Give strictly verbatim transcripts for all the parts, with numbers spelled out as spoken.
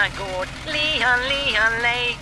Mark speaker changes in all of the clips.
Speaker 1: gård, lihan, lihan, lej.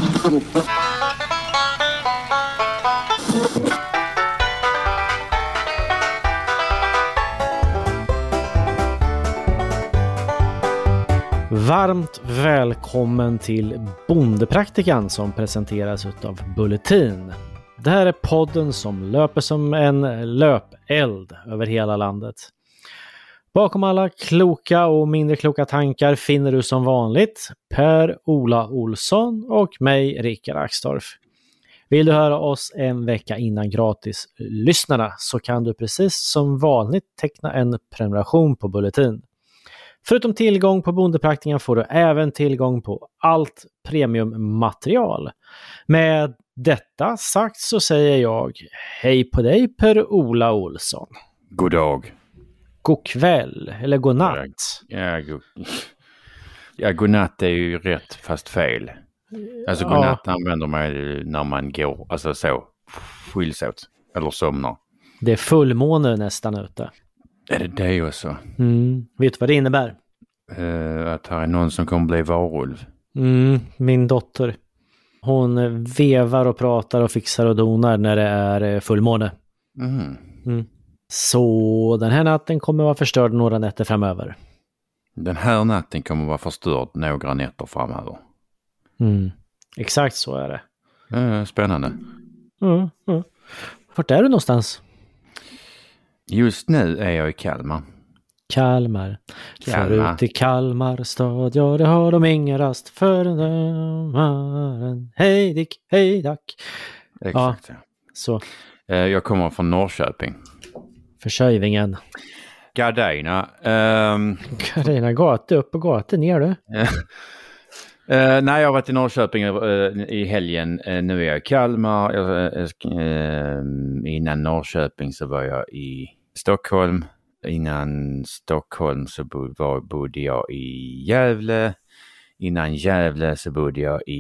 Speaker 2: Varmt välkommen till Bondepraktikan som presenteras av Bulletin. Det här är podden som löper som en löpeld över hela landet. Bakom alla kloka och mindre kloka tankar finner du som vanligt Per-Ola Olsson och mig, Rickard Axdorff. Vill du höra oss en vecka innan gratis lyssnarna så kan du precis som vanligt teckna en prenumeration på Bulletin. Förutom tillgång på Bondepraktikan får du även tillgång på allt premiummaterial. Med detta sagt så säger jag hej på dig Per-Ola Olsson.
Speaker 3: God dag.
Speaker 2: God kväll eller god natt.
Speaker 3: Ja, god... ja, god natt är ju rätt fast fel. Alltså god natt ja. Använder man när man går, alltså så, skiljs åt eller somnar.
Speaker 2: Det är fullmåne nästan ute.
Speaker 3: Är det det också?
Speaker 2: Mm. Vet du vad det innebär?
Speaker 3: Uh, att här är någon som kommer bli varulv.
Speaker 2: Mm, min dotter. Hon vevar och pratar och fixar och donar när det är fullmåne.
Speaker 3: Mm.
Speaker 2: Mm. Så den här natten kommer vara förstörd några nätter framöver.
Speaker 3: Den här natten kommer vara förstörd några nätter framöver.
Speaker 2: Mm. Exakt så är det.
Speaker 3: Uh, spännande.
Speaker 2: Mm, mm. Vart är du någonstans?
Speaker 3: Just nu är jag i Kalmar.
Speaker 2: Kalmar.
Speaker 3: Kalmar.
Speaker 2: Förut i Kalmar stad, ja det har de ingen rast för en hej dick, hej dack.
Speaker 3: Exakt.
Speaker 2: Ja, så.
Speaker 3: Jag kommer från Norrköping.
Speaker 2: Försöjvingen.
Speaker 3: Gardena. Um...
Speaker 2: Gardena, gata upp och gata ner du.
Speaker 3: uh, nej, jag har varit i Norrköping uh, i helgen. Uh, nu är jag i Kalmar. Uh, uh, innan Norrköping så var jag i Stockholm. Innan Stockholm så bod, var, bodde jag i Gävle. Innan Gävle så bodde jag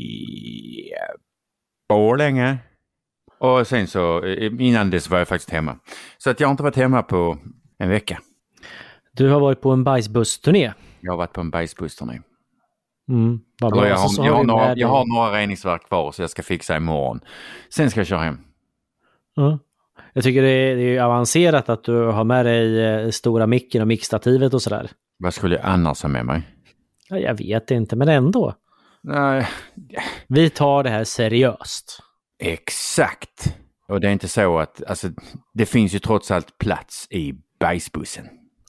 Speaker 3: i uh, Borlänge. Och sen så, innan det så var jag faktiskt hemma. Så att jag har inte varit hemma på en vecka.
Speaker 2: Du har varit på en bajsbussturné.
Speaker 3: Jag har varit på en bajsbussturné.
Speaker 2: Mm, vad bra.
Speaker 3: Jag, har,
Speaker 2: så
Speaker 3: jag,
Speaker 2: har
Speaker 3: har några,
Speaker 2: med...
Speaker 3: jag har några reningsverk kvar så jag ska fixa imorgon. Sen ska jag köra hem.
Speaker 2: Mm. Jag tycker det är, det är avancerat att du har med dig eh, stora micken och mixstativet och sådär.
Speaker 3: Vad skulle jag annars ha med mig?
Speaker 2: Ja, jag vet inte, men ändå.
Speaker 3: Nej.
Speaker 2: Vi tar det här seriöst.
Speaker 3: Exakt. Och det är inte så att, alltså, det finns ju trots allt plats i bajsbussen.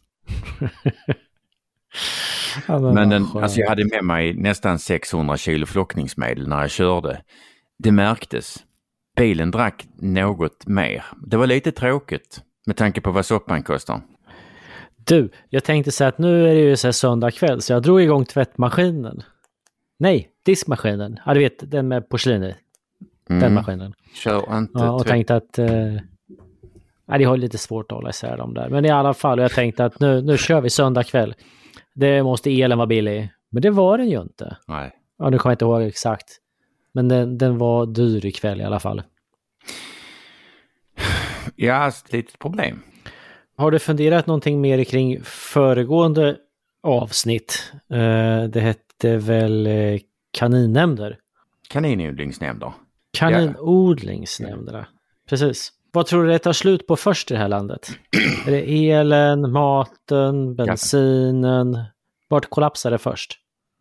Speaker 2: Ja, men
Speaker 3: men den, alltså jag hade med mig nästan sexhundra kilo flockningsmedel när jag körde. Det märktes. Bilen drack något mer. Det var lite tråkigt med tanke på vad soppan kostar.
Speaker 2: Du, jag tänkte säga att nu är det ju så här söndag kväll så jag drog igång tvättmaskinen. Nej, diskmaskinen. Ja, du vet, den med porslin i. Den
Speaker 3: mm.
Speaker 2: maskinen.
Speaker 3: Kör inte
Speaker 2: ja, och
Speaker 3: tvätt.
Speaker 2: tänkte att eh, nej, det har lite svårt att hålla isär dem där. Men i alla fall, jag tänkte att nu, nu kör vi söndag kväll. Det måste elen vara billig. Men det var den ju inte.
Speaker 3: Nej.
Speaker 2: Ja, nu kommer jag inte ihåg exakt. Men den, den var dyr ikväll i alla fall.
Speaker 3: Ja, ett litet problem.
Speaker 2: Har du funderat någonting mer kring föregående avsnitt? Eh, det hette väl eh, kaninnämnder?
Speaker 3: Kaninodlingsnämnder.
Speaker 2: Kaninodlingsnämnderna. Ja. Precis. Vad tror du det tar slut på först i det här landet? Är det elen, maten, bensinen? Ja. Vart kollapsar det först?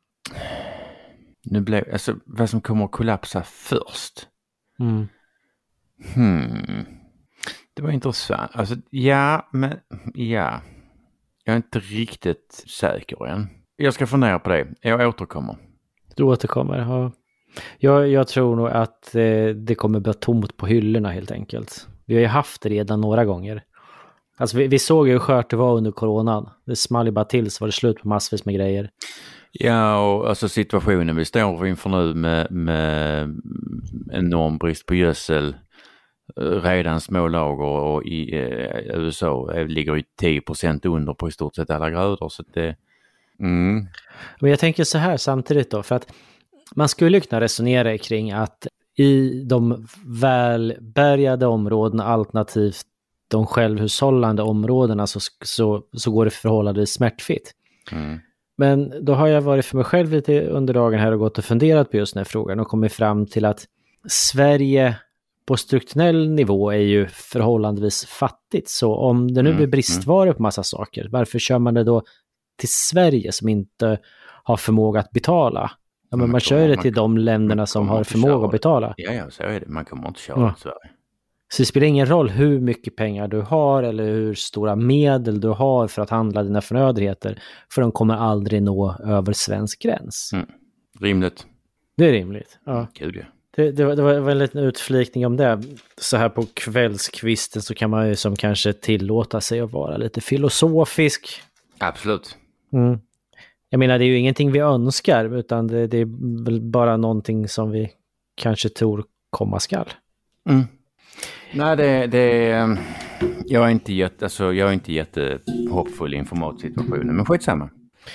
Speaker 3: Nu blev, alltså, vad som kommer att kollapsa först?
Speaker 2: Mm.
Speaker 3: Hmm. Det var intressant. Alltså, ja, men ja. Jag är inte riktigt säker än. Jag ska fundera på det. Jag återkommer.
Speaker 2: Du återkommer, ja. Jag, jag tror nog att eh, det kommer bli tomt på hyllorna helt enkelt. Vi har ju haft det redan några gånger. Alltså vi, vi såg ju hur skört det var under coronan. Det small ju bara till så var det slut på massvis med grejer.
Speaker 3: Ja, och alltså situationen vi står inför nu med, med enorm brist på gödsel, redan små lager och i eh, U S A ligger ju tio procent under på i stort sett alla grödor. Så det, mm.
Speaker 2: Men jag tänker så här samtidigt då, för att man skulle kunna resonera kring att i de välbärgade områdena alternativt de självhushållande områdena så, så, så går det förhållandevis smärtfritt.
Speaker 3: Mm.
Speaker 2: Men då har jag varit för mig själv lite under dagen här och gått och funderat på just den här frågan och kommit fram till att Sverige på strukturell nivå är ju förhållandevis fattigt. Så om det nu blir bristvaror på massa saker, varför kör man det då till Sverige som inte har förmåga att betala? Ja, men man kör det till de länderna som har förmåga att betala.
Speaker 3: Ja, ja, så är det. Man kommer inte köra
Speaker 2: ja.
Speaker 3: till Sverige.
Speaker 2: Så det spelar ingen roll hur mycket pengar du har eller hur stora medel du har för att handla dina förnödenheter, för de kommer aldrig nå över svensk gräns.
Speaker 3: Mm. Rimligt.
Speaker 2: Det är rimligt. Ja.
Speaker 3: Kul, ja.
Speaker 2: Det, det, var, det var en liten utflikning om det. Så här på kvällskvisten så kan man ju som kanske tillåta sig att vara lite filosofisk.
Speaker 3: Absolut.
Speaker 2: Mm. Jag menar, det är ju ingenting vi önskar, utan det, det är väl bara någonting som vi kanske tror komma skall.
Speaker 3: Mm. Nej, det, det jag är inte jätte, alltså, jag är inte jättehoppfull inför matsituationen, men skitsamma.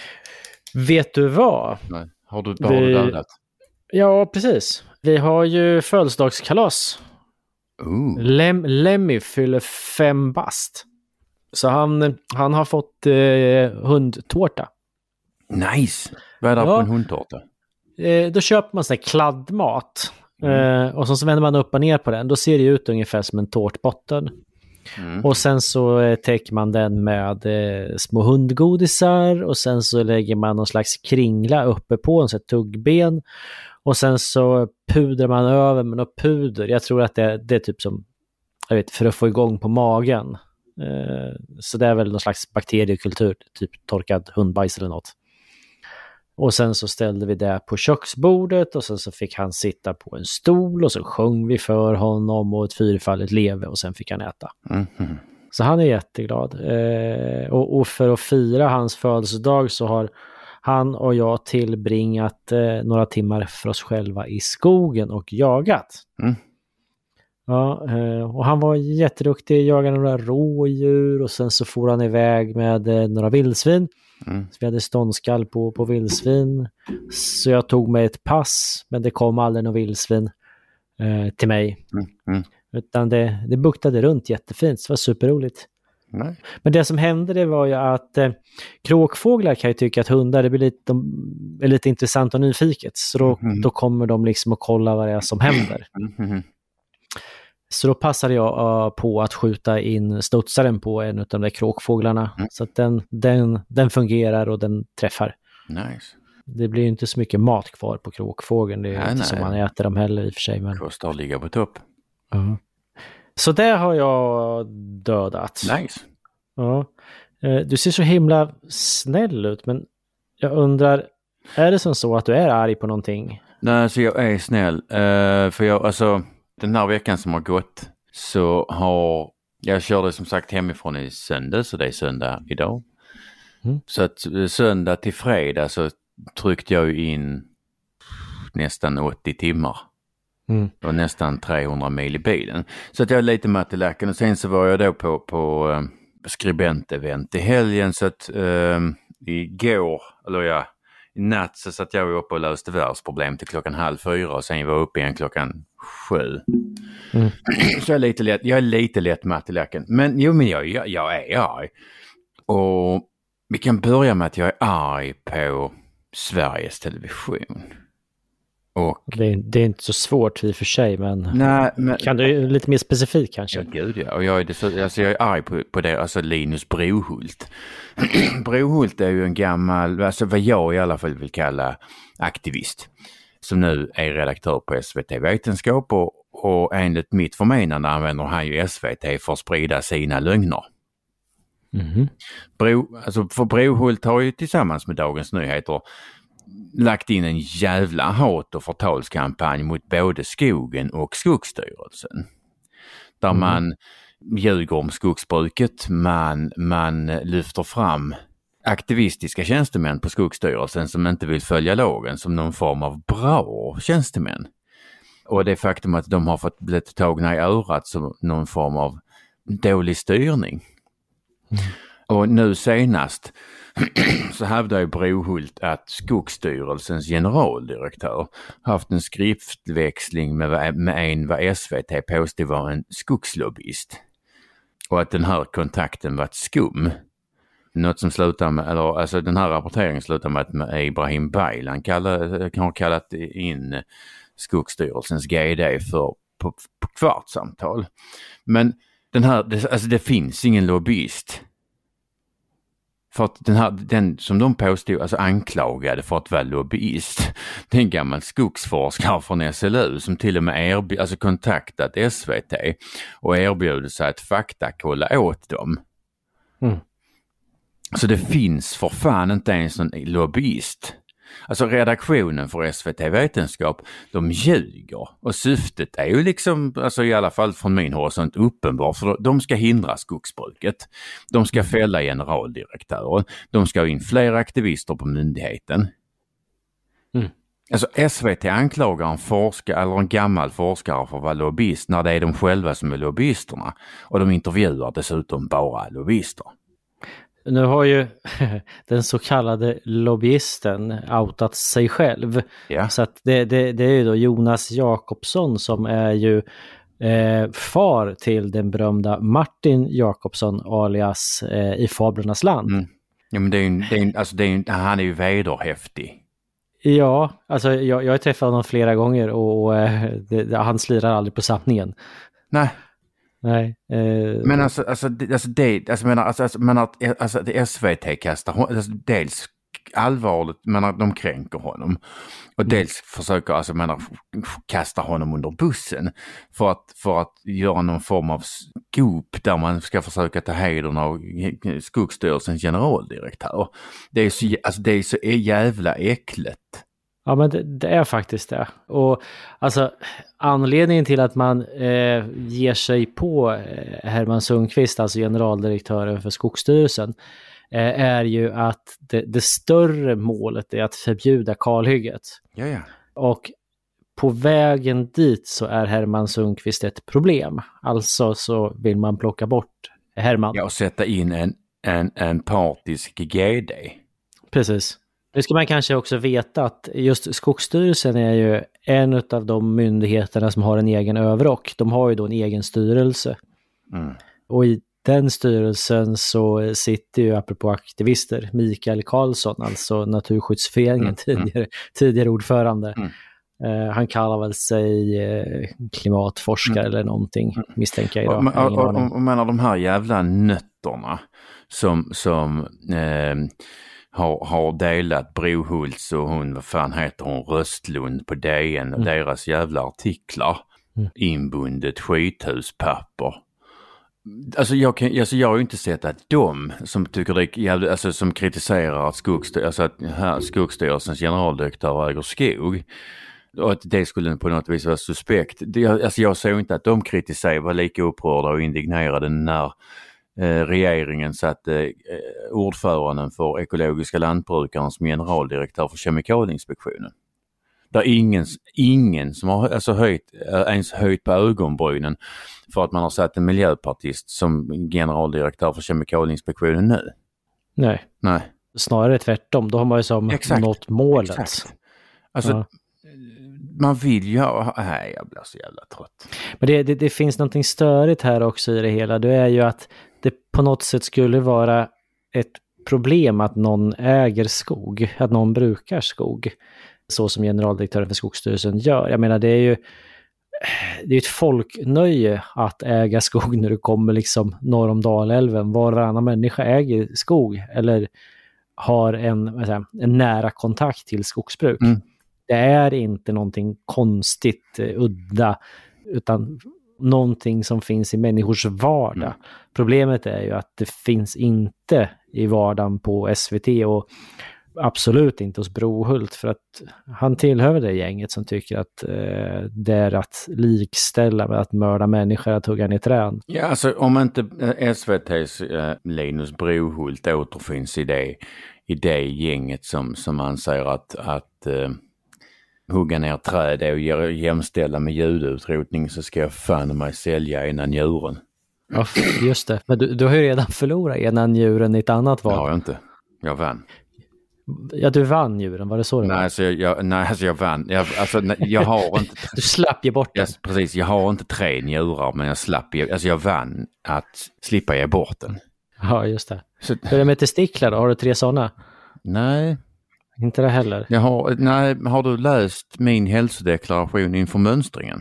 Speaker 2: Vet du vad?
Speaker 3: Nej. Har du, har
Speaker 2: vi...
Speaker 3: du dödat?
Speaker 2: Ja, precis. Vi har ju födelsedagskalas.
Speaker 3: Ooh.
Speaker 2: Lem, Lemmy fyller fem bast. Så han, han har fått eh, hundtårta.
Speaker 3: Nice! Vad är det ja. på en hundtårta?
Speaker 2: Eh, då köper man sån här kladdmat. Mm. Eh, och så, så vänder man upp och ner på den. Då ser det ut ungefär som en tårtbotten. Mm. Och sen så eh, täcker man den med eh, små hundgodisar. Och sen så lägger man någon slags kringla uppe på en sån här tuggben. Och sen så pudrar man över med något puder. Jag tror att det, det är typ som, jag vet, för att få igång på magen. Eh, så det är väl någon slags bakteriekultur, typ torkad hundbajs eller något. Och sen så ställde vi det på köksbordet och sen så fick han sitta på en stol och så sjöng vi för honom och ett fyrfaldigt leve och sen fick han äta. Mm-hmm. Så han är jätteglad. Eh, och, och för att fira hans födelsedag så har han och jag tillbringat eh, några timmar för oss själva i skogen och jagat. Mm. Ja, eh, och han var jätteduktig, jagade några rådjur och sen så får han iväg med eh, några vildsvin. Mm. Så vi hade ståndskall på, på vildsvin. Så jag tog mig ett pass, men det kom aldrig någon vildsvin eh, till mig. Mm. Mm. Utan det, det buktade runt jättefint, så det var superroligt. Nej. Men det som hände det var ju att eh, kråkfåglar kan ju tycka att hundar det blir lite, de, är lite intressant och nyfiket. Så då, mm. då kommer de liksom att kolla vad det är som händer. Mm. Så då passade jag uh, på att skjuta in studsaren på en av de där kråkfåglarna. Mm. Så att den, den, den fungerar och den träffar.
Speaker 3: Nice.
Speaker 2: Det blir ju inte så mycket mat kvar på kråkfågeln. Det är nej, inte nej. som man äter dem heller i och för sig. Men...
Speaker 3: kostar att ligga på topp.
Speaker 2: Uh. Så det har jag dödat.
Speaker 3: Nice.
Speaker 2: Ja. Du ser så himla snäll ut, men jag undrar, är det som så att du är arg på någonting?
Speaker 3: Nej, så jag är snäll. Uh, för jag, alltså, den här veckan som har gått så har, jag körde som sagt hemifrån i söndag, så det är söndag idag. Mm. Så att söndag till fredag så tryckte jag in nästan åttio timmar. Mm. Och nästan trehundra mil i bilen. Så att jag är lite matteläcken och sen så var jag då på, på uh, skribentevent i helgen så att uh, igår, eller ja, i natt så satt jag uppe och löste världsproblem till klockan halv fyra och sen var jag uppe igen klockan sju. Mm. Så jag är lite lätt, jag är lite lätt matteläcken. Men jo, men jag, jag, jag är arg. Och vi kan börja med att jag är arg på Sveriges Television. Och,
Speaker 2: det, är, det är inte så svårt i och för sig, men,
Speaker 3: nej, men
Speaker 2: kan du lite mer specifik kanske?
Speaker 3: Ja, gud ja. Och jag är, det, alltså jag är arg på, på det, alltså Linus Brohult. Brohult är ju en gammal, alltså vad jag i alla fall vill kalla aktivist. Som nu är redaktör på S V T Vetenskap och, och enligt mitt förmenande använder han ju S V T för att sprida sina lögner. Mm-hmm. Bro, alltså för Brohult har ju tillsammans med Dagens Nyheter lagt in en jävla hat- och förtalskampanj mot både skogen och Skogsstyrelsen. Där mm. man ljuger om skogsbruket, man, man lyfter fram aktivistiska tjänstemän på Skogsstyrelsen som inte vill följa lagen som någon form av bra tjänstemän. Och det faktum att de har fått bli tagna i örat som någon form av dålig styrning. Mm. Och nu senast så hävdar ju Brohult att Skogsstyrelsens generaldirektör haft en skriftväxling med, med en vad S V T påstod var en skogslobbyist. Och att den här kontakten var ett skum. något som slutar med, eller alltså den här rapporteringen slutar med att Ibrahim Baylan kallar, kan ha kallat in Skogsstyrelsens G D för på, på kvartssamtal. Men den här, det, alltså det finns ingen lobbyist. För att den här, den som de påstod, alltså anklagade för att vara lobbyist, det är en gammal skogsforskare från S L U som till och med erbjud, alltså kontaktat S V T och erbjudit sig att faktakolla åt dem.
Speaker 2: Mm.
Speaker 3: Så det finns för fan inte ens någon lobbyist. Alltså redaktionen för S V T Vetenskap, de ljuger. Och syftet är ju liksom, alltså i alla fall från min horisont uppenbart, för de ska hindra skogsbruket. De ska fälla generaldirektören. De ska ha in fler aktivister på myndigheten.
Speaker 2: Mm.
Speaker 3: Alltså S V T anklagar en forskare eller en gammal forskare för att vara lobbyist när det är de själva som är lobbyisterna. Och de intervjuar dessutom bara lobbyister.
Speaker 2: Nu har ju den så kallade lobbyisten outat sig själv.
Speaker 3: Ja.
Speaker 2: Så att det, det, det är ju då Jonas Jakobsson som är ju eh, far till den berömda Martin Jakobsson alias eh, i Fablernas land.
Speaker 3: Mm. Ja, men det är ju, det är, alltså det är ju, han är ju vederhäftig.
Speaker 2: Ja, alltså jag, jag har träffat honom flera gånger och eh, det, det, han slirar aldrig på sanningen.
Speaker 3: Nej.
Speaker 2: Nej. Eh,
Speaker 3: Men alltså, alltså, det, alltså det, alltså menar, alltså, alltså, menar att alltså, det S V T kastar alltså, dels allvarligt, men att de kränker honom. Och
Speaker 2: Mm.
Speaker 3: dels försöker, alltså menar, kasta honom under bussen för att, för att göra någon form av scoop där man ska försöka ta hedern av Skogsstyrelsens generaldirektör. Det är så, alltså, det är så jävla äckligt.
Speaker 2: Ja, men det, det är faktiskt det. Och alltså anledningen till att man eh, ger sig på eh, Herman Sundqvist, alltså generaldirektören för Skogsstyrelsen, eh, är ju att det, det större målet är att förbjuda kalhygget.
Speaker 3: Ja, ja.
Speaker 2: Och på vägen dit så är Herman Sundqvist ett problem. Alltså så vill man plocka bort Herman.
Speaker 3: Ja, och sätta in en, en, en partisk G D.
Speaker 2: Precis. Nu ska man kanske också veta att just Skogsstyrelsen är ju en av de myndigheterna som har en egen överrock. De har ju då en egen styrelse.
Speaker 3: Mm.
Speaker 2: Och i den styrelsen så sitter ju, apropå aktivister, Mikael Karlsson, alltså Naturskyddsföreningen,
Speaker 3: Mm.
Speaker 2: tidigare, tidigare ordförande.
Speaker 3: Mm.
Speaker 2: Uh, han kallar väl sig uh, klimatforskare mm. eller någonting,
Speaker 3: mm.
Speaker 2: misstänker jag idag.
Speaker 3: Och, och, och, och menar de här jävla nötterna som, som eh, har, har delat Brohults och hon, vad fan heter hon, Röstlund på D N och mm. deras jävla artiklar. Mm. Inbundet skithuspapper. Alltså jag, kan, alltså jag har ju inte sett att de som tycker det är jävligt, alltså som kritiserar att, Skogsstyrelsen, alltså att här, Skogsstyrelsens generaldirektör äger skog och att det skulle på något vis vara suspekt. Det, alltså jag ser inte att de kritiserar, var lika upprörda och indignerade när eh, regeringen satte eh, ordföranden för ekologiska lantbrukaren som generaldirektör för Kemikalieinspektionen. Där ingen, ingen som har alltså höjt, ens höjt på ögonbrynen för att man har satt en miljöpartist som generaldirektör för Kemikalieinspektionen nu.
Speaker 2: Nej.
Speaker 3: Nej.
Speaker 2: Snarare tvärtom. Då har man ju som
Speaker 3: Exakt.
Speaker 2: nått målet.
Speaker 3: Exakt. Alltså,
Speaker 2: ja.
Speaker 3: Man vill ju ha... Nej, jag blir så jävla trött.
Speaker 2: Men det, det, det finns någonting störigt här också i det hela. Det är ju att det på något sätt skulle vara ett problem att någon äger skog. Att någon brukar skog. Så som generaldirektören för Skogsstyrelsen gör. Jag menar, det är ju det är ett folknöje att äga skog när du kommer liksom norr om Dalälven. Var och varannan människa äger skog eller har en, vad säger, en nära kontakt till skogsbruk. Mm. Det är inte någonting konstigt, udda, utan någonting som finns i människors vardag. Mm. Problemet är ju att det finns inte i vardagen på S V T och absolut inte hos Brohult, för att han tillhör det gänget som tycker att eh, det är att likställa med att mörda människor, att hugga ner träd.
Speaker 3: Ja, alltså om inte S V T:s eh, Linus Brohult återfinns i det, i det gänget som, som anser att, att eh, hugga ner träd är och jämställa med ljudutrotning, så ska jag fan mig sälja ena njuren.
Speaker 2: Ja, just det. Men du, du har ju redan förlorat ena njuren i ett annat val.
Speaker 3: Det har jag inte. Jag vann.
Speaker 2: Ja, du vann djuren, var det så det
Speaker 3: nej,
Speaker 2: var?
Speaker 3: alltså jag, nej, alltså jag vann. Jag, alltså, jag har inte...
Speaker 2: Du slapp ge bort den.
Speaker 3: Jag, precis, jag har inte tre njurar, men jag slapp ge, alltså jag vann att slippa ge bort den.
Speaker 2: Ja, just det.
Speaker 3: Så,
Speaker 2: Hur är det med testiklar då? Har du tre sådana?
Speaker 3: nej,
Speaker 2: Inte det heller.
Speaker 3: jag har, nej, har du läst min hälsodeklaration inför mönstringen?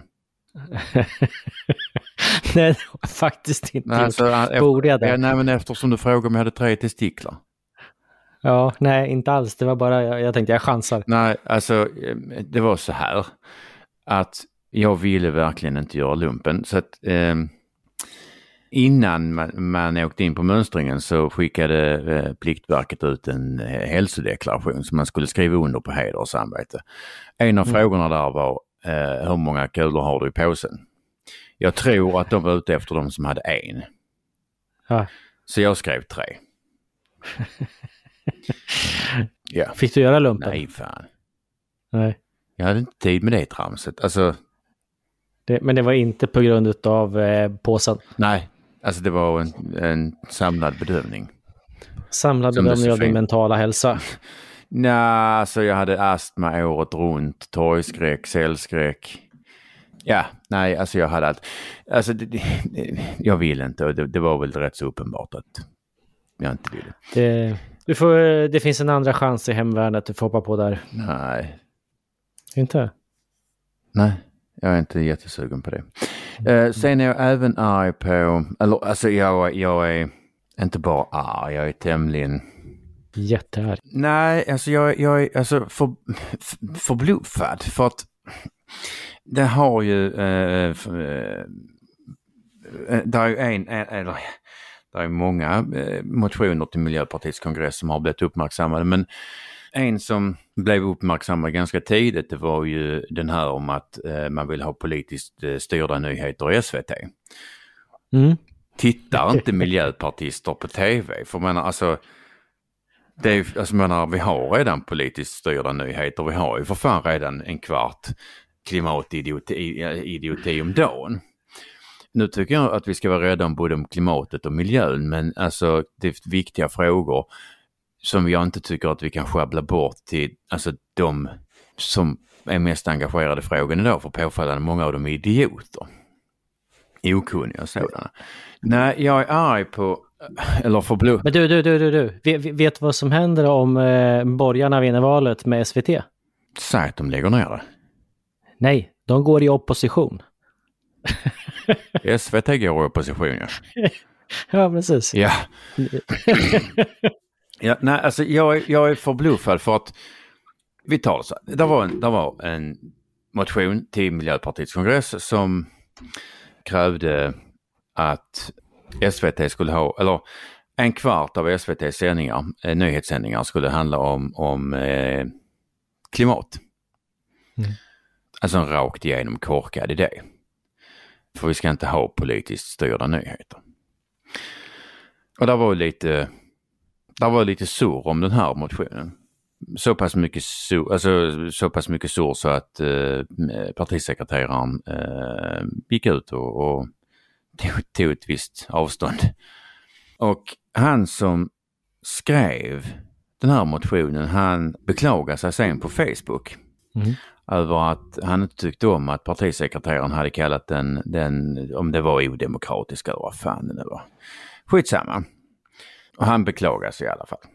Speaker 2: Nej, faktiskt inte.
Speaker 3: Nej, alltså, efter,
Speaker 2: Borde jag det?
Speaker 3: ja, nej, men eftersom du frågade om jag hade tre testiklar.
Speaker 2: Ja, nej, inte alls. Det var bara, jag, jag tänkte jag chansar.
Speaker 3: Nej, alltså det var så här att jag ville verkligen inte göra lumpen. Så att eh, innan man, man åkte in på mönstringen så skickade eh, Pliktverket ut en eh, hälsodeklaration som man skulle skriva under på heder och samvete. En av mm. frågorna där var eh, hur många kulor har du i påsen? Jag tror att de var ute efter de som hade en.
Speaker 2: Ja.
Speaker 3: Så jag skrev tre. Ja.
Speaker 2: Fick du göra lumpen?
Speaker 3: Nej, fan.
Speaker 2: Nej.
Speaker 3: Jag hade inte tid med det tramset. Alltså...
Speaker 2: Det, men det var inte på grund av eh, påsen?
Speaker 3: Nej, alltså det var en, en samlad bedömning.
Speaker 2: Samlad bedömning av din mentala hälsa?
Speaker 3: Nej, alltså jag hade astma året runt, torgskräck, cellskräck. Ja, nej, alltså jag hade allt. Alltså det, det, jag ville inte och det, det var väl rätt så uppenbart att jag inte ville.
Speaker 2: Det, du får, det finns en andra chans i hemvärnet, du får hoppa på där.
Speaker 3: Nej.
Speaker 2: Inte?
Speaker 3: Nej, jag är inte jättesugen på det. Eh, sen är jag även arg på, eller alltså jag, jag är inte bara arg, jag är tämligen...
Speaker 2: Jättearg.
Speaker 3: Nej, alltså jag, jag är alltså för, för, förbluffad för att det har ju eh, för, eh, det är ju en, eller det är många eh, motioner till Miljöpartiets kongress som har blivit uppmärksammade, men en som blev uppmärksammad ganska tidigt, det var ju den här om att eh, man vill ha politiskt eh, styrda nyheter i S V T.
Speaker 2: Mm.
Speaker 3: Tittar inte miljöpartister på tv? För menar, alltså, det är, alltså menar, vi har redan politiskt styrda nyheter. Vi har ju för fan redan en kvart klimatidioti idioti om dagen. Nu tycker jag att vi ska vara rädda om både om klimatet och miljön, men alltså det är viktiga frågor som jag inte tycker att vi kan sjabbla bort till alltså de som är mest engagerade i frågan idag, för påfallande många av dem är idioter. Okunniga sådana. Nej, jag är arg på, eller förbluff.
Speaker 2: Men du, du, du, du, du. Vet, vet vad som händer om eh, borgarna vinner valet med S V T?
Speaker 3: Säg att de lägger ner det.
Speaker 2: Nej, de går i opposition.
Speaker 3: S V T går i opposition, ja.
Speaker 2: Ja, precis.
Speaker 3: Ja. Ja, nej, alltså jag, jag är förbluffad för att vi tar det så. Det var en, det var en motion till Miljöpartiets kongress som krävde att S V T skulle ha, eller en kvart av S V T:s sändningar, eh, nyhetssändningar skulle handla om, om eh, klimat. Mm. Alltså en rakt igenom korkad idé. För vi ska inte ha politiskt styrda nyheter. Och det var lite det var lite sur om den här motionen. Så pass mycket sur, alltså så pass mycket sur så att eh, partisekreteraren eh, gick ut och, och tog, tog ett visst avstånd. Och han som skrev den här motionen, han beklagade sig sen på Facebook mm. över att han inte tyckte om att partisekreteraren hade kallat den, den om det var odemokratisk eller vad fan det var. Skitsamma. Och han beklagar sig i alla fall.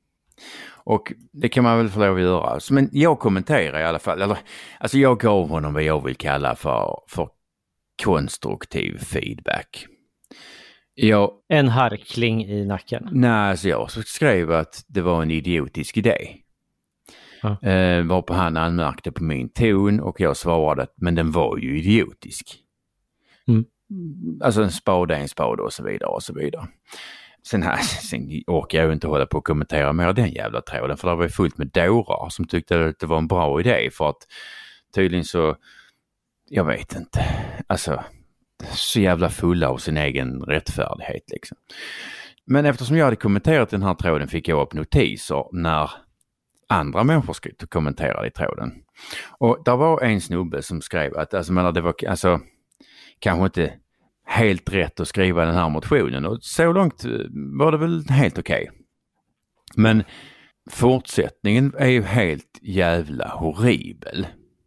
Speaker 3: Och det kan man väl få lov att göra. Men jag kommenterar i alla fall. Eller, alltså jag gav honom vad jag vill kalla för, för konstruktiv feedback. Jag,
Speaker 2: en harkling i nacken.
Speaker 3: Nej, alltså jag skrev att det var en idiotisk idé. Ja. Eh, varpå han anmärkte på min ton och jag svarade att men den var ju idiotisk. Mm. Alltså en spade är en spade och så vidare och så vidare. Sen, här, sen orkar jag ju inte hålla på att kommentera mer den jävla tråden, för det var ju fullt med dårar som tyckte att det var en bra idé, för att tydligen så, jag vet inte, alltså så jävla fulla av sin egen rättfärdighet liksom. Men eftersom jag hade kommenterat den här tråden fick jag upp notiser när andra människor skrev och kommenterade i tråden. Och där var en snubbe som skrev att alltså, menar, det var alltså kanske inte helt rätt att skriva den här motionen, och så långt var det väl helt okej. Okay. Men fortsättningen är ju helt jävla horribel.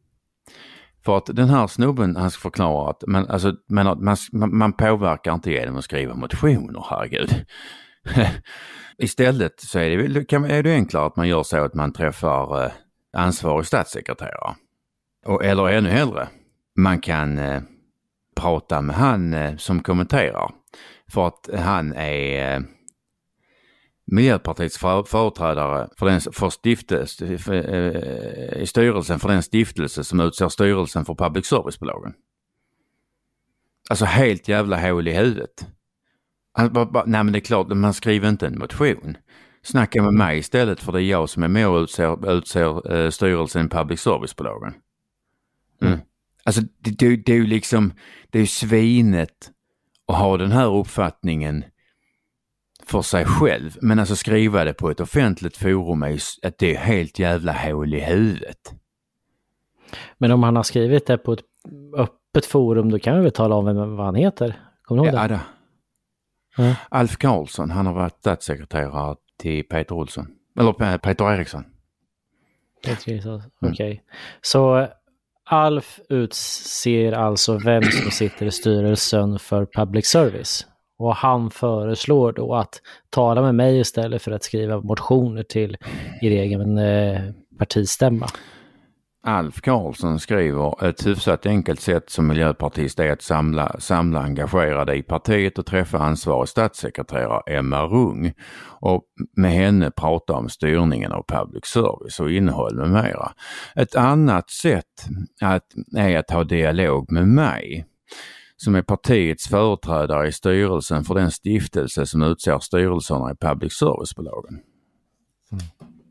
Speaker 3: För att den här snubben, han ska förklara att man, alltså, man, man, man påverkar inte genom att skriva motioner, herregud. Istället så är det, kan, är det enklare att man gör så att man träffar eh, ansvarig statssekreterare. Och, eller ännu hellre, man kan eh, prata med han eh, som kommenterar. För att han är eh, Miljöpartiets för, företrädare för den, för stiftelse, för, eh, i styrelsen för den stiftelse som utser styrelsen för public service-bolagen. Alltså helt jävla hål i huvudet. Han bara, bara, nej men det är klart, man skriver inte en motion. Snacka med mig istället, för det är jag som är med och utser, utser uh, styrelsen i public service-bolagen. Mm. Mm. Alltså det, det, det är ju liksom, det är ju svinet att ha den här uppfattningen för sig själv. Men alltså skriva det på ett offentligt forum är att det är helt jävla hål i huvudet.
Speaker 2: Men om han har skrivit det på ett öppet forum, då kan vi väl tala om vem, vad han heter? Kommer du ihåg
Speaker 3: ja,
Speaker 2: det?
Speaker 3: det.
Speaker 2: Ja.
Speaker 3: Alf Karlsson, han har varit statssekreterare till Peter Olsson. Eller Peter Eriksson.
Speaker 2: Peter Eriksson, okej. Okay. Så Alf utser alltså vem som sitter i styrelsen för public service. Och han föreslår då att tala med mig istället för att skriva motioner till i regel en eh, partistämma.
Speaker 3: Alf Karlsson skriver: ett hyfsat enkelt sätt som miljöpartist är att samla, samla engagerade i partiet och träffa ansvarig statssekreterare Emma Rung och med henne prata om styrningen av public service och innehåll med mera. Ett annat sätt att, är att ha dialog med mig, som är partiets företrädare i styrelsen för den stiftelse som utser styrelserna i public service-bolagen.
Speaker 2: Mm.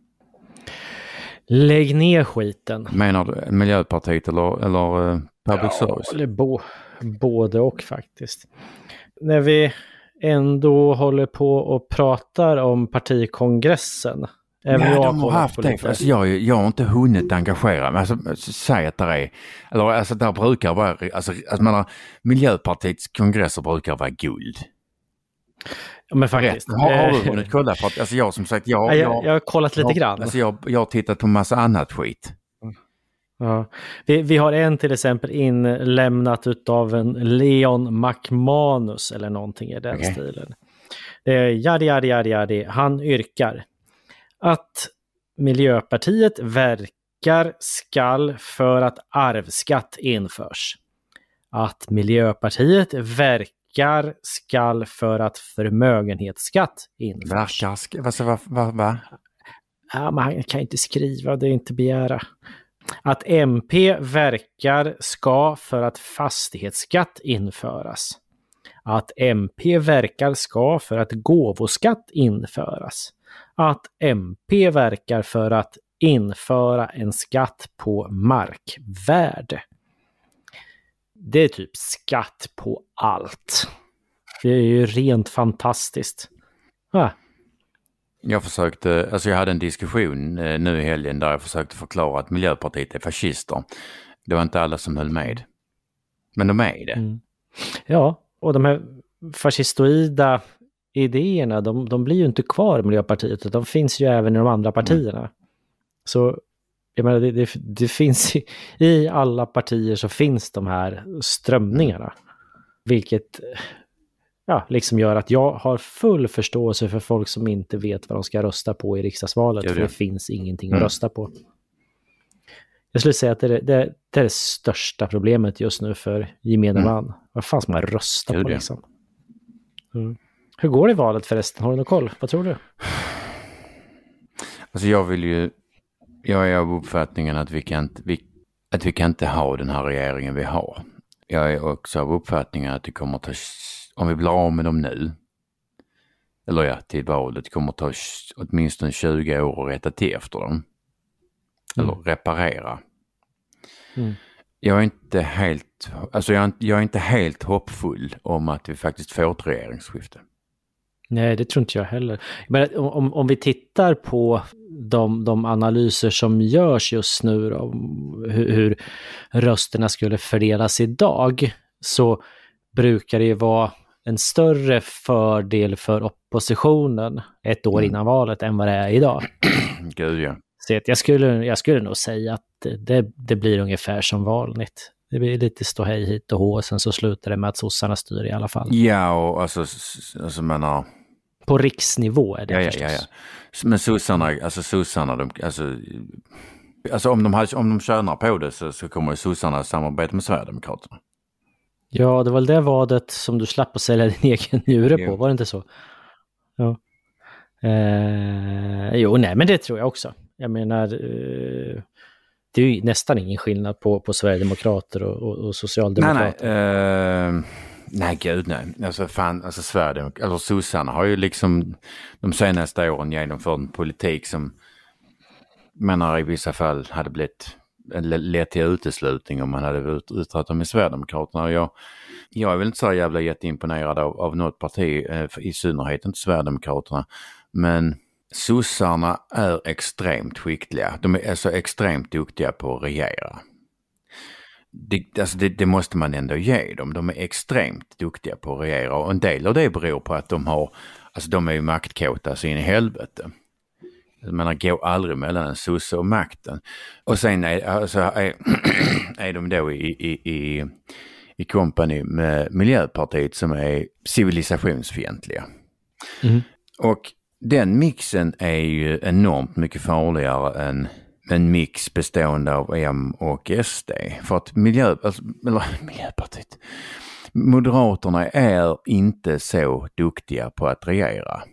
Speaker 2: Lägg ner skiten.
Speaker 3: Menar du Miljöpartiet eller, eller uh, public
Speaker 2: ja,
Speaker 3: service?
Speaker 2: Eller bo, både och faktiskt. När vi ändå håller på och pratar om partikongressen.
Speaker 3: Även ja, jag de har haft det. Alltså, jag, jag har inte hunnit engagera mig. Alltså, säg att det är, eller alltså där brukar vara, alltså, alltså menar, Miljöpartiets kongresser brukar vara guld.
Speaker 2: Ja, men faktiskt.
Speaker 3: Rätt. Har, har du hunnit kolla på att, alltså jag som sagt, jag,
Speaker 2: ja, jag,
Speaker 3: jag,
Speaker 2: jag har kollat lite
Speaker 3: jag,
Speaker 2: grann.
Speaker 3: Alltså jag, jag har tittat på massa annat skit.
Speaker 2: Ja. Vi, vi har en till exempel inlämnat utav en Leon McManus eller någonting i den okay. stilen. Det är jadi, jadi, jadi, jadi. Han yrkar att Miljöpartiet verkar skall för att arvsskatt införs. Att Miljöpartiet verkar skall för att förmögenhetsskatt införs.
Speaker 3: Verkar, vad, vad, vad, vad?
Speaker 2: Ja, man kan inte skriva, det är inte begära. Att M P verkar ska för att fastighetsskatt införas. Att M P verkar ska för att gåvoskatt införas. Att M P verkar för att införa en skatt på markvärde. Det är typ skatt på allt. Det är ju rent fantastiskt. Ah.
Speaker 3: Jag försökte, alltså jag hade en diskussion eh, nu i helgen där jag försökte förklara att Miljöpartiet är fascister. Det var inte alla som höll med. Men de är det. Mm.
Speaker 2: Ja, och de här fascistoida idéerna, de, de blir ju inte kvar i Miljöpartiet. De finns ju även i de andra partierna. Mm. Så jag menar, det, det, det finns i, i alla partier så finns de här strömningarna. Vilket ja, liksom gör att jag har full förståelse för folk som inte vet vad de ska rösta på i riksdagsvalet. Det det. För det finns ingenting mm. att rösta på. Jag skulle säga att det är det, det, är det största problemet just nu för gemene mm. man. Vad fan ska man rösta det på liksom? Mm. Hur går det i valet förresten? Har du någon koll? Vad tror du?
Speaker 3: Alltså jag vill ju, jag är av uppfattningen att vi kan inte, vi, att vi kan inte ha den här regeringen vi har. Jag är också av uppfattningen att det kommer att ta, om vi blir av med dem nu, eller ja, till valet, kommer att ta åtminstone tjugo år att rätta till efter dem. Mm. Eller reparera. Mm. Jag är inte helt, alltså jag, jag är inte helt hoppfull om att vi faktiskt får ett regeringsskifte.
Speaker 2: Nej, det tror inte jag heller. Men om, om vi tittar på de, de analyser som görs just nu om hur, hur rösterna skulle fördelas idag, så brukar det ju vara en större fördel för oppositionen ett år innan valet än vad det är idag.
Speaker 3: Gud ja.
Speaker 2: Så jag skulle, jag skulle nog säga att det, det blir ungefär som vanligt. Det blir lite ståhej hit och hå, sen så slutar det med att sossarna styr i alla fall.
Speaker 3: Ja, och alltså, alltså menar,
Speaker 2: På riksnivå är det
Speaker 3: ja,
Speaker 2: förstås.
Speaker 3: Ja, ja. Men sossarna, alltså sossarna, de, alltså, alltså om de, har, om de tjänar på det så, så kommer ju sossarna samarbeta med Sverigedemokraterna.
Speaker 2: Ja, det var väl det vadet som du slapp att sälja din egen njure på,
Speaker 3: Jo.
Speaker 2: var det inte så? Ja. Eh, jo, nej, men det tror jag också. Jag menar, eh, det är ju nästan ingen skillnad på, på Sverigedemokrater och, och, och Socialdemokrater.
Speaker 3: Nej, nej. Uh, nej, gud nej. Alltså fan, alltså Sverigedemokraterna, eller sossarna har ju liksom de senaste åren genomfört en politik som menar i vissa fall hade blivit lett till uteslutning om man hade ut, uttrat dem i Sverigedemokraterna. Och jag, jag är väl inte så jävla jätteimponerad av, av något parti, eh, i synnerhet inte Sverigedemokraterna. Men sossarna är extremt skickliga. De är alltså extremt duktiga på att regera. Det, alltså det, det måste man ändå ge dem. De är extremt duktiga på att regera. Och en del av det beror på att de har, alltså de är ju maktkåta så in i helvete. Man går aldrig mellan en sosse och makten. Och sen är, alltså, är, är de då i, i, i, i kompani med Miljöpartiet som är civilisationsfientliga.
Speaker 2: Mm. Och
Speaker 3: den mixen är ju enormt mycket farligare än en mix bestående av M och S D. För att miljö, alltså, eller, Miljöpartiet, Moderaterna är inte så duktiga på att regera.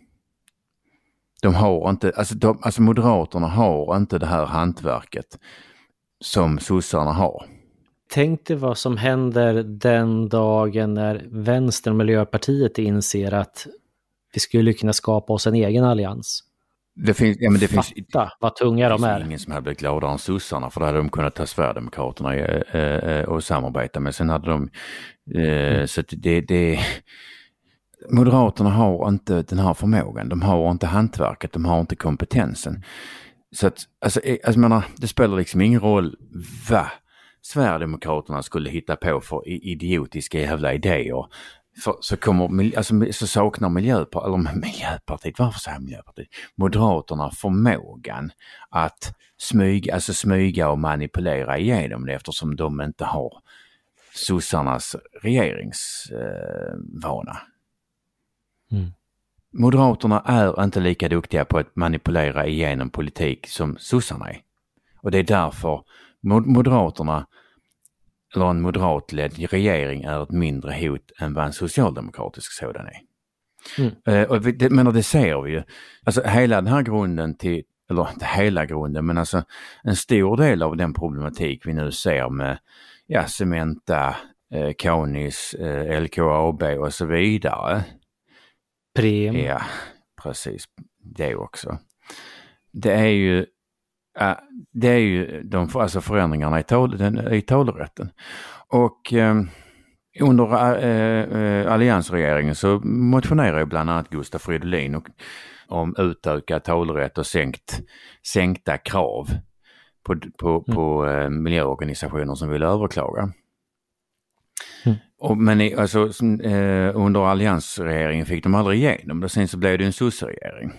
Speaker 3: De har inte, alltså, de, alltså Moderaterna har inte det här hantverket som sossarna har.
Speaker 2: Tänk dig vad som händer den dagen när Vänstern och Miljöpartiet inser att vi skulle kunna skapa oss en egen allians.
Speaker 3: Det finns, ja, men det
Speaker 2: Fatta
Speaker 3: finns,
Speaker 2: vad tunga
Speaker 3: det
Speaker 2: de är.
Speaker 3: finns ingen som hade blivit gladare än sossarna, för då hade de kunnat ta Sverigedemokraterna eh, och samarbeta med. Sen hade de, eh, mm. så att det, det Moderaterna har inte den här förmågan, de har inte hantverket, de har inte kompetensen. Så att, alltså, alltså menar, det spelar liksom ingen roll vad Sverigedemokraterna skulle hitta på för idiotiska jävla idéer. För, så, kommer, alltså, så saknar Miljöpartiet, eller Miljöpartiet, varför säger Miljöpartiet? Moderaterna förmågan att smyga, alltså smyga och manipulera igenom det, eftersom de inte har sossarnas regeringsvana. Eh, mm. Moderaterna är inte lika duktiga på att manipulera igenom politik som sossarna är. Och det är därför Moderaterna, eller en moderatledd regering, är ett mindre hot än vad en socialdemokratisk sådan är. Mm. Uh, och det, men det ser vi ju. Alltså hela den här grunden till, eller inte hela grunden, men alltså en stor del av den problematik vi nu ser med ja, Cementa, eh, Kaunis, eh, L K A B och så vidare.
Speaker 2: Prem.
Speaker 3: Ja, precis. Det också. Det är ju Uh, det är ju de alltså förändringarna i, tål, den, i tålrätten. Och uh, under uh, uh, alliansregeringen så motionerar ju bland annat Gustaf Fridolin och, om utökad tålrätt och sänkt, sänkta krav på, på, mm. på uh, miljöorganisationer som vill överklaga. Mm. Och, men i, alltså, uh, under alliansregeringen fick de aldrig igenom det. Sen så blev det en sosseregering.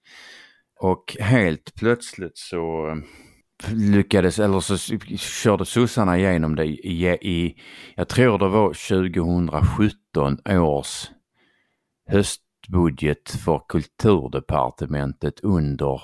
Speaker 3: Och helt plötsligt så lyckades, eller så körde sossarna igenom det i, i jag tror det var tjugosjutton års höstbudget för kulturdepartementet under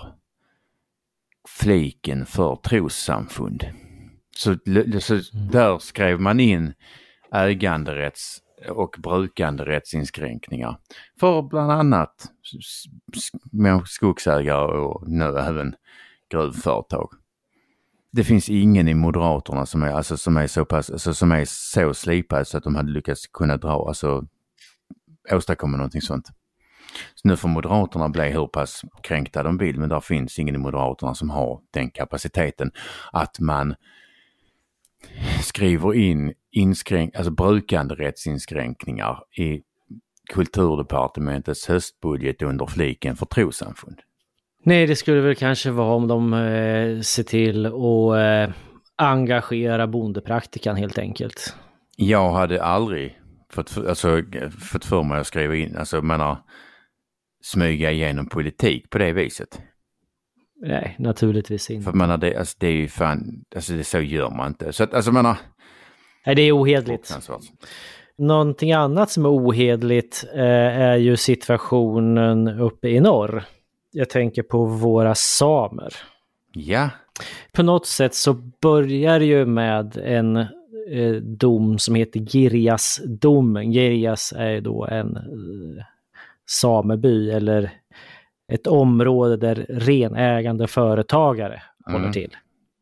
Speaker 3: fliken för trossamfund. Så, så där skrev man in äganderätts och brukanderättsinskränkningar för bland annat skogsägare och nu även gruvföretag. Det finns ingen i Moderaterna som är, alltså, som är så pass, alltså, som är så slipad så att de hade lyckats kunna dra, alltså åstadkomma någonting sånt. Så nu får Moderaterna bli hur pass kränkta de vill, men där finns ingen i Moderaterna som har den kapaciteten att man skriver in inskränk, alltså brukanderättsinskränkningar i kulturdepartementets höstbudget under fliken för trossamfund.
Speaker 2: Nej, det skulle väl kanske vara om de eh, ser till att eh, engagera bondepraktikan helt enkelt.
Speaker 3: Jag hade aldrig fått, alltså, fått för mig att skriva in, alltså jag menar smyga igenom politik på det viset.
Speaker 2: Nej, naturligtvis inte.
Speaker 3: För man hade, alltså det är ju fan, alltså det så gör man inte. Så att, alltså menar...
Speaker 2: Nej, det är ohederligt. Någonting annat som är ohederligt eh, är ju situationen uppe i norr. Jag tänker på våra samer.
Speaker 3: Ja.
Speaker 2: På något sätt så börjar det ju med en eh, dom som heter Girjasdomen. Girjas är ju då en eh, sameby eller ett område där renägande företagare mm. håller till.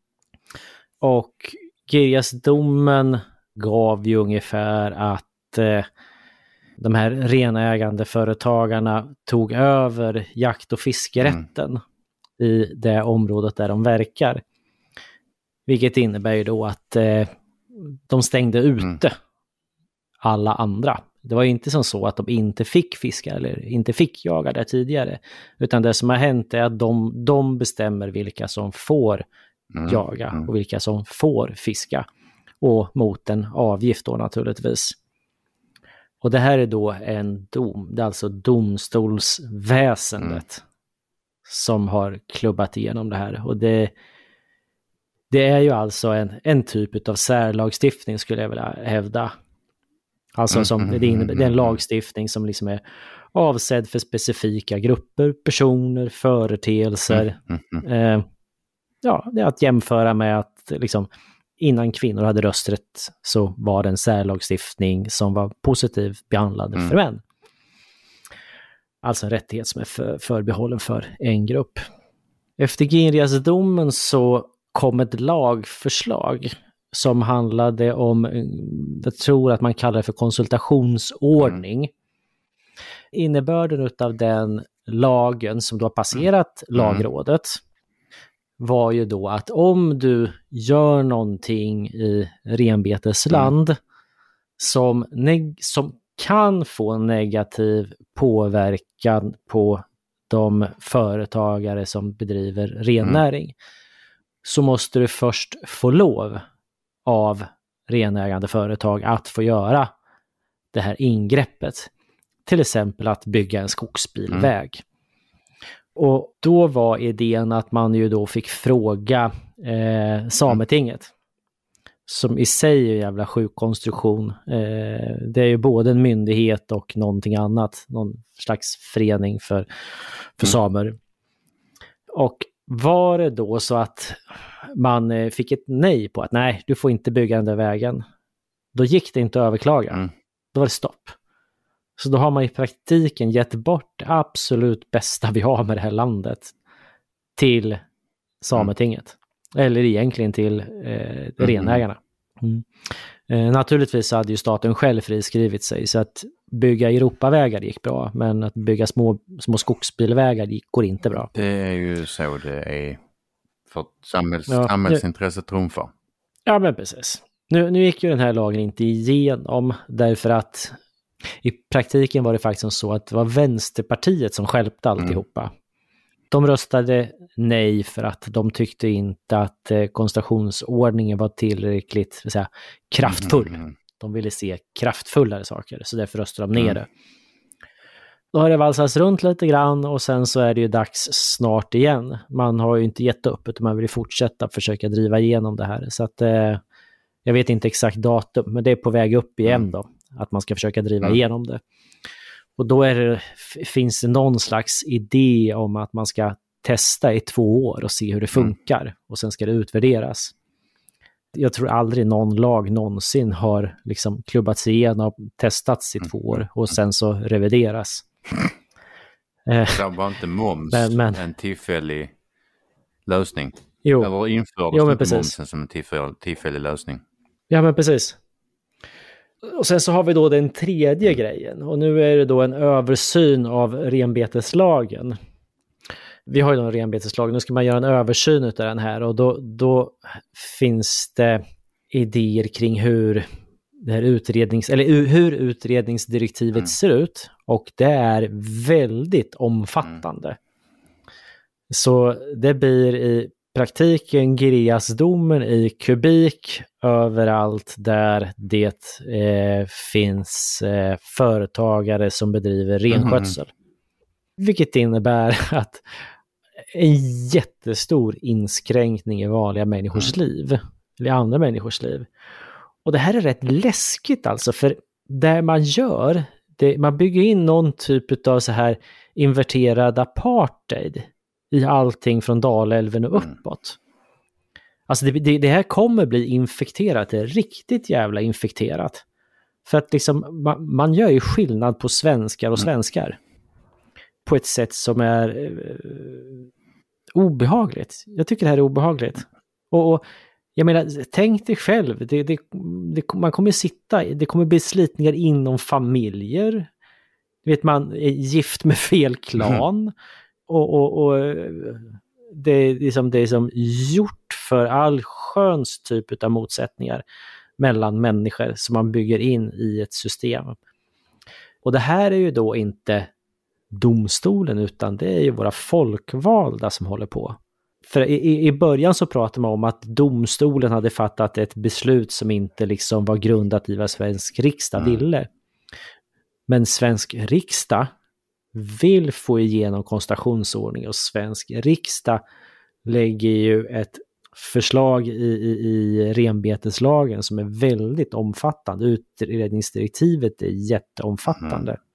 Speaker 2: Och Girjasdomen gav ju ungefär att eh, de här renägande företagarna tog över jakt- och fiskerätten mm. i det området där de verkar. Vilket innebär ju då att eh, de stängde ute mm. alla andra. Det var ju inte som så att de inte fick fiska eller inte fick jaga där tidigare. Utan det som har hänt är att de, de bestämmer vilka som får mm. jaga mm. och vilka som får fiska. Och mot en avgift då naturligtvis. Och det här är då en dom. Det är alltså domstolsväsendet mm. som har klubbat igenom det här. Och det, det är ju alltså en, en typ av särlagstiftning skulle jag vilja hävda. Alltså som, det, innebär, det är en lagstiftning som liksom är avsedd för specifika grupper, personer, företeelser. Eh, ja, det är att jämföra med att liksom innan kvinnor hade rösträtt så var det en särlagstiftning som var positivt behandlande mm. för män. Alltså en rättighet som är för, förbehållen för en grupp. Efter Girjasdomen så kom ett lagförslag som handlade om, jag tror att man kallar det för konsultationsordning. Mm. Innebörden av den lagen som då har passerat mm. lagrådet var ju då att om du gör någonting i renbetesland mm. som, neg- som kan få negativ påverkan på de företagare som bedriver rennäring mm. så måste du först få lov av renägande företag att få göra det här ingreppet. Till exempel att bygga en skogsbilväg. Mm. Och då var idén att man ju då fick fråga eh, Sametinget. Som i sig är en jävla sjuk konstruktion. Eh, det är ju både en myndighet och någonting annat. Någon slags förening för, för mm. samer. Och var det då så att man eh, fick ett nej på att nej, du får inte bygga den där vägen. Då gick det inte att överklaga. Mm. Då var det stopp. Så då har man i praktiken gett bort det absolut bästa vi har med det här landet till Sametinget. Mm. Eller egentligen till eh, renägarna. Mm. Eh, naturligtvis hade ju staten själv friskrivit sig så att bygga Europavägar gick bra, men att bygga små, små skogsbilvägar gick, går inte bra.
Speaker 3: Det är ju så det är för samhälls, ja, samhällsintresset trumfar.
Speaker 2: Ja, men precis. Nu, nu gick ju den här lagen inte igenom därför att i praktiken var det faktiskt så att det var Vänsterpartiet som stjälpte alltihopa. Mm. De röstade nej för att de tyckte inte att eh, koncentrationsordningen var tillräckligt så att säga, kraftfull. Mm. De ville se kraftfullare saker, så därför röstade de ner mm. det. Då har det valsats runt lite grann och sen så är det ju dags snart igen. Man har ju inte gett upp utan man vill fortsätta försöka driva igenom det här. Så att eh, jag vet inte exakt datum, men det är på väg upp igen mm. då. Att man ska försöka driva mm. igenom det. Och då är det, finns det någon slags idé om att man ska testa i två år och se hur det funkar. Mm. Och sen ska det utvärderas. Jag tror aldrig någon lag någonsin har liksom klubbats igenom och testats i mm. två år. Och sen så revideras.
Speaker 3: Det var inte moms men, men, en tillfällig lösning?
Speaker 2: Jo.
Speaker 3: Eller infördes
Speaker 2: jo,
Speaker 3: inte momsen som en tillfällig, tillfällig lösning?
Speaker 2: Ja, men precis. Och sen så har vi då den tredje mm. grejen. Och nu är det då en översyn av renbeteslagen. Vi har ju då en renbeteslag. Nu ska man göra en översyn av den här. Och då, då finns det idéer kring hur det här utrednings, eller hur utredningsdirektivet mm. ser ut. Och det är väldigt omfattande. Mm. Så det blir i praktiken Girjasdomen i kubik överallt där det eh, finns eh, företagare som bedriver renskötsel. Mm. Vilket innebär att en jättestor inskränkning i vanliga människors mm. liv. Eller andra människors liv. Och det här är rätt läskigt alltså, för det man gör, det, man bygger in någon typ av så här inverterad apartheid i allting från Dalälven och uppåt. Alltså det, det, det här kommer bli infekterat, det är riktigt jävla infekterat. För att liksom, man, man gör ju skillnad på svenskar och svenskar. På ett sätt som är eh, obehagligt. Jag tycker det här är obehagligt. Och, och jag menar, tänk dig själv, det, det, det, man kommer sitta, det kommer bli slitningar inom familjer. Du vet, man är gift med fel klan. Mm. Och, och, och det är liksom det är som gjort för all sköns typ av motsättningar mellan människor som man bygger in i ett system. Och det här är ju då inte domstolen, utan det är ju våra folkvalda som håller på. För i, i början så pratade man om att domstolen hade fattat ett beslut som inte liksom var grundat i vad svensk riksdag mm. ville. Men svensk riksdag vill få igenom konstitutionsordning, och svensk riksdag lägger ju ett förslag i, i, i renbeteslagen som är väldigt omfattande. Utredningsdirektivet är jätteomfattande. Mm.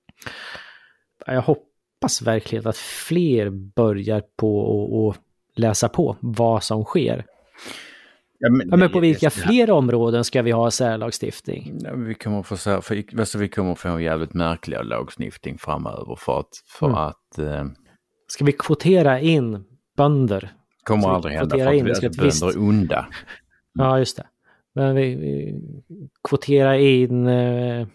Speaker 2: Jag hoppas verkligen att fler börjar på och, och läsa på vad som sker. Ja, men, ja, men på vilka fler områden ska vi ha särlagstiftning?
Speaker 3: Ja, vi kommer få så här, för, alltså, vi kommer få en jävligt märklig lagstiftning framöver för att, för mm. att eh,
Speaker 2: ska vi kvotera in bönder?
Speaker 3: Kommer aldrig hända för att, vi, att bönder visst... är onda. Mm.
Speaker 2: Ja, just det. Men vi, vi kvoterar in eh,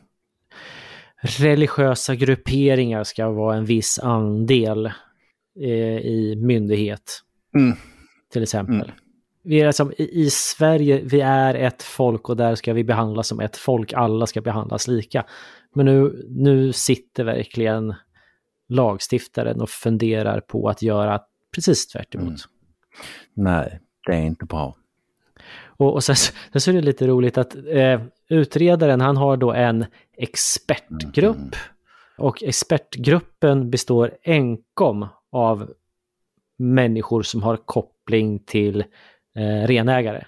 Speaker 2: religiösa grupperingar ska vara en viss andel eh, i myndighet. Mm. Till exempel. Mm. Vi är liksom, i, i Sverige, vi är ett folk och där ska vi behandlas som ett folk. Alla ska behandlas lika. Men nu, nu sitter verkligen lagstiftaren och funderar på att göra precis tvärt emot. Mm.
Speaker 3: Nej, det är inte bra.
Speaker 2: Och, och sen, sen så är det lite roligt att eh, utredaren, han har då en expertgrupp. Mm. Och expertgruppen består enkom av människor som har koppling till eh, renägare.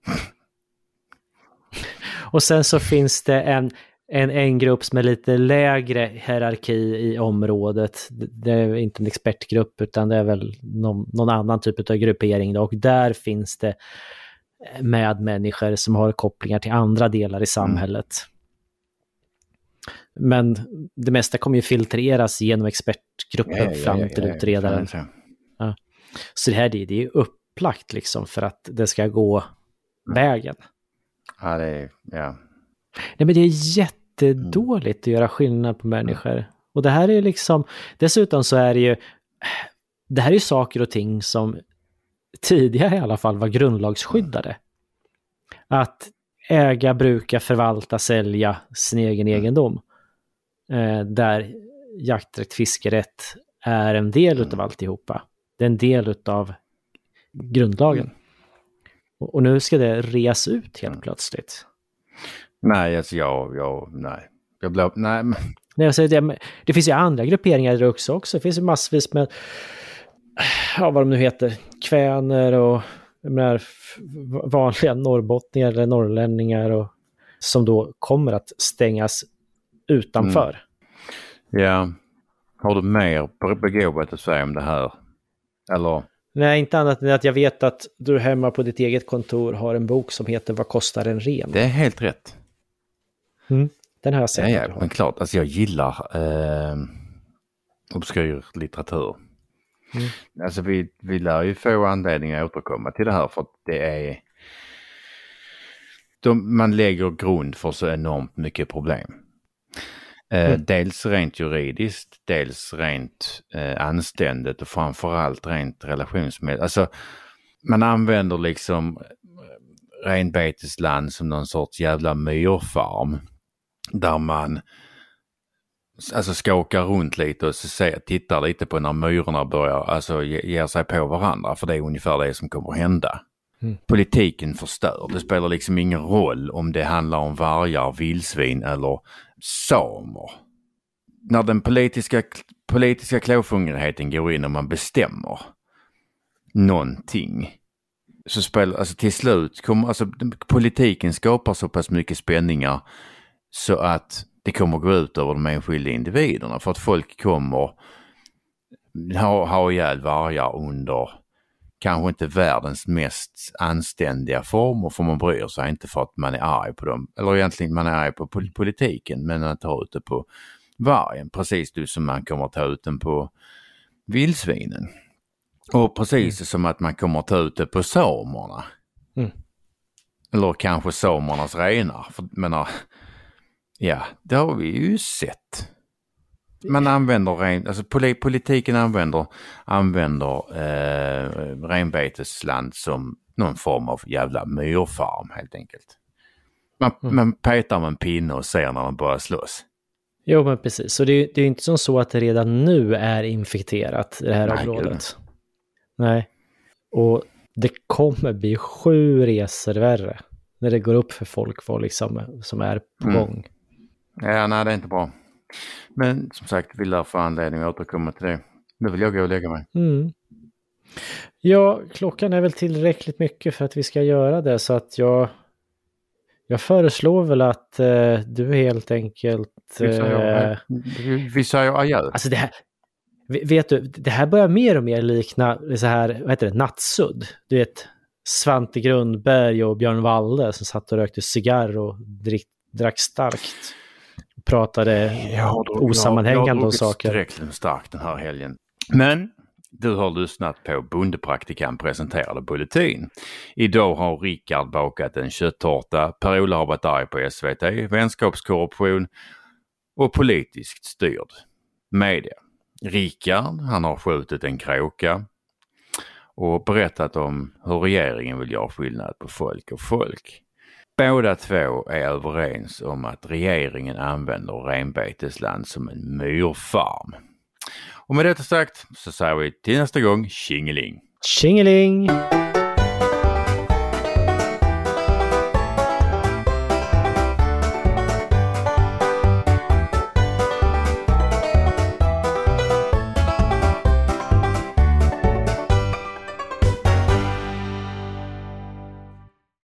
Speaker 2: Och sen så finns det en, en, en grupp som är lite lägre hierarki i området. Det är inte en expertgrupp utan det är väl någon, någon annan typ av gruppering då. Och där finns det med människor som har kopplingar till andra delar i samhället. Mm. Men det mesta kommer ju filtreras genom expertgruppen ja, ja, fram ja, ja, till ja, utredaren. Ja, ja. Så det här det, det är upplagt liksom för att det ska gå mm. vägen. Ja, det är, ja. Nej, men det är jättedåligt mm. att göra skillnad på människor. Mm. Och det här är liksom, dessutom så är det ju, det här är ju saker och ting som tidigare i alla fall var grundlagsskyddade. Mm. Att äga, bruka, förvalta, sälja sin egen mm. egendom. Eh, där jakträtt, fiskerätt är en del mm. utav alltihopa. Det är en del utav grundlagen. Mm. Och, och nu ska det res ut helt mm. plötsligt.
Speaker 3: Nej, alltså jag, jag nej. Jag blir, nej.
Speaker 2: nej alltså, det, det finns ju andra grupperingar där också. också. Det finns ju massvis med ja, vad de nu heter, kväner och jag menar, vanliga norrbottningar eller norrlänningar och, som då kommer att stängas utanför.
Speaker 3: Mm. Ja. Har du mer begåvat att säga om det här? Eller?
Speaker 2: Nej, inte annat än att jag vet att du hemma på ditt eget kontor har en bok som heter Vad kostar en ren?
Speaker 3: Det är helt rätt.
Speaker 2: Mm. Den har jag sett.
Speaker 3: Ja, ja men klart. Alltså jag gillar eh, obskyr litteratur. Mm. Alltså vi, vi lär ju få anledning att återkomma till det här för att det är de, man lägger grund för så enormt mycket problem. Eh, mm. Dels rent juridiskt, dels rent eh, anständigt och framförallt rent relationsmässigt. Alltså man använder liksom renbetesland som någon sorts jävla myrfarm där man alltså skakar runt lite och så ser, tittar lite på när myrorna börjar alltså ger sig på varandra, för det är ungefär det som kommer att hända. Mm. Politiken förstör. Det spelar liksom ingen roll om det handlar om vargar, vildsvin eller samer. När den politiska, politiska klåfingrigheten går in och man bestämmer någonting så spelar, alltså till slut kommer, alltså politiken skapar så pass mycket spänningar så att det kommer gå ut över de enskilda individerna, för att folk kommer ha, ha ihjäl vargar under kanske inte världens mest anständiga former, för man bryr sig inte för att man är arg på dem, eller egentligen man är arg på politiken, men att ta ut det på vargen, precis du som man kommer att ta ut den på vildsvinen. Och precis mm. som att man kommer att ta ut det på samerna. Mm. Eller kanske samernas renar. För, menar, ja, det har vi ju sett. Man använder ren, alltså politiken använder, använder eh, renbetesland som någon form av jävla myrfarm helt enkelt. Man, mm. man petar med en pinne och ser när de börjar slåss.
Speaker 2: Jo, men precis. Så det, det är inte som så att det redan nu är infekterat i det här Nej, området. Gud. Nej. Och det kommer bli sju resor värre när det går upp för folk vad liksom, som är på mm. gång.
Speaker 3: Ja, nej, det är inte bra. Men som sagt, vill jag få anledning att återkomma till det. Nu vill jag gå och lägga mig.
Speaker 2: Mm. Ja, klockan är väl tillräckligt mycket för att vi ska göra det, så att jag jag föreslår väl att eh, du helt enkelt
Speaker 3: vi säger, eh, vi säger adjö.
Speaker 2: Alltså det här, vet du, det här börjar mer och mer likna så här, vad heter det, nattsudd. Du vet, Svante Grundberg och Björn Walde som satt och rökte cigarr och drick, drack starkt. Pratade ja, då, osammanhängande jag, jag om saker.
Speaker 3: Jag har druckit starkt den här helgen. Men du har lyssnat på Bondepraktikan presenterade Bulletin. Idag har Rickard bakat en kötttårta, Per-Ola har varit arg på S V T, vänskapskorruption och politiskt styrd media. Rickard, han har skjutit en kråka och berättat om hur regeringen vill göra skillnad på folk och folk. Båda två är överens om att regeringen använder renbetesland som en myrfarm. Och med detta sagt så säger vi till nästa gång, tjingeling.
Speaker 2: Tjingeling!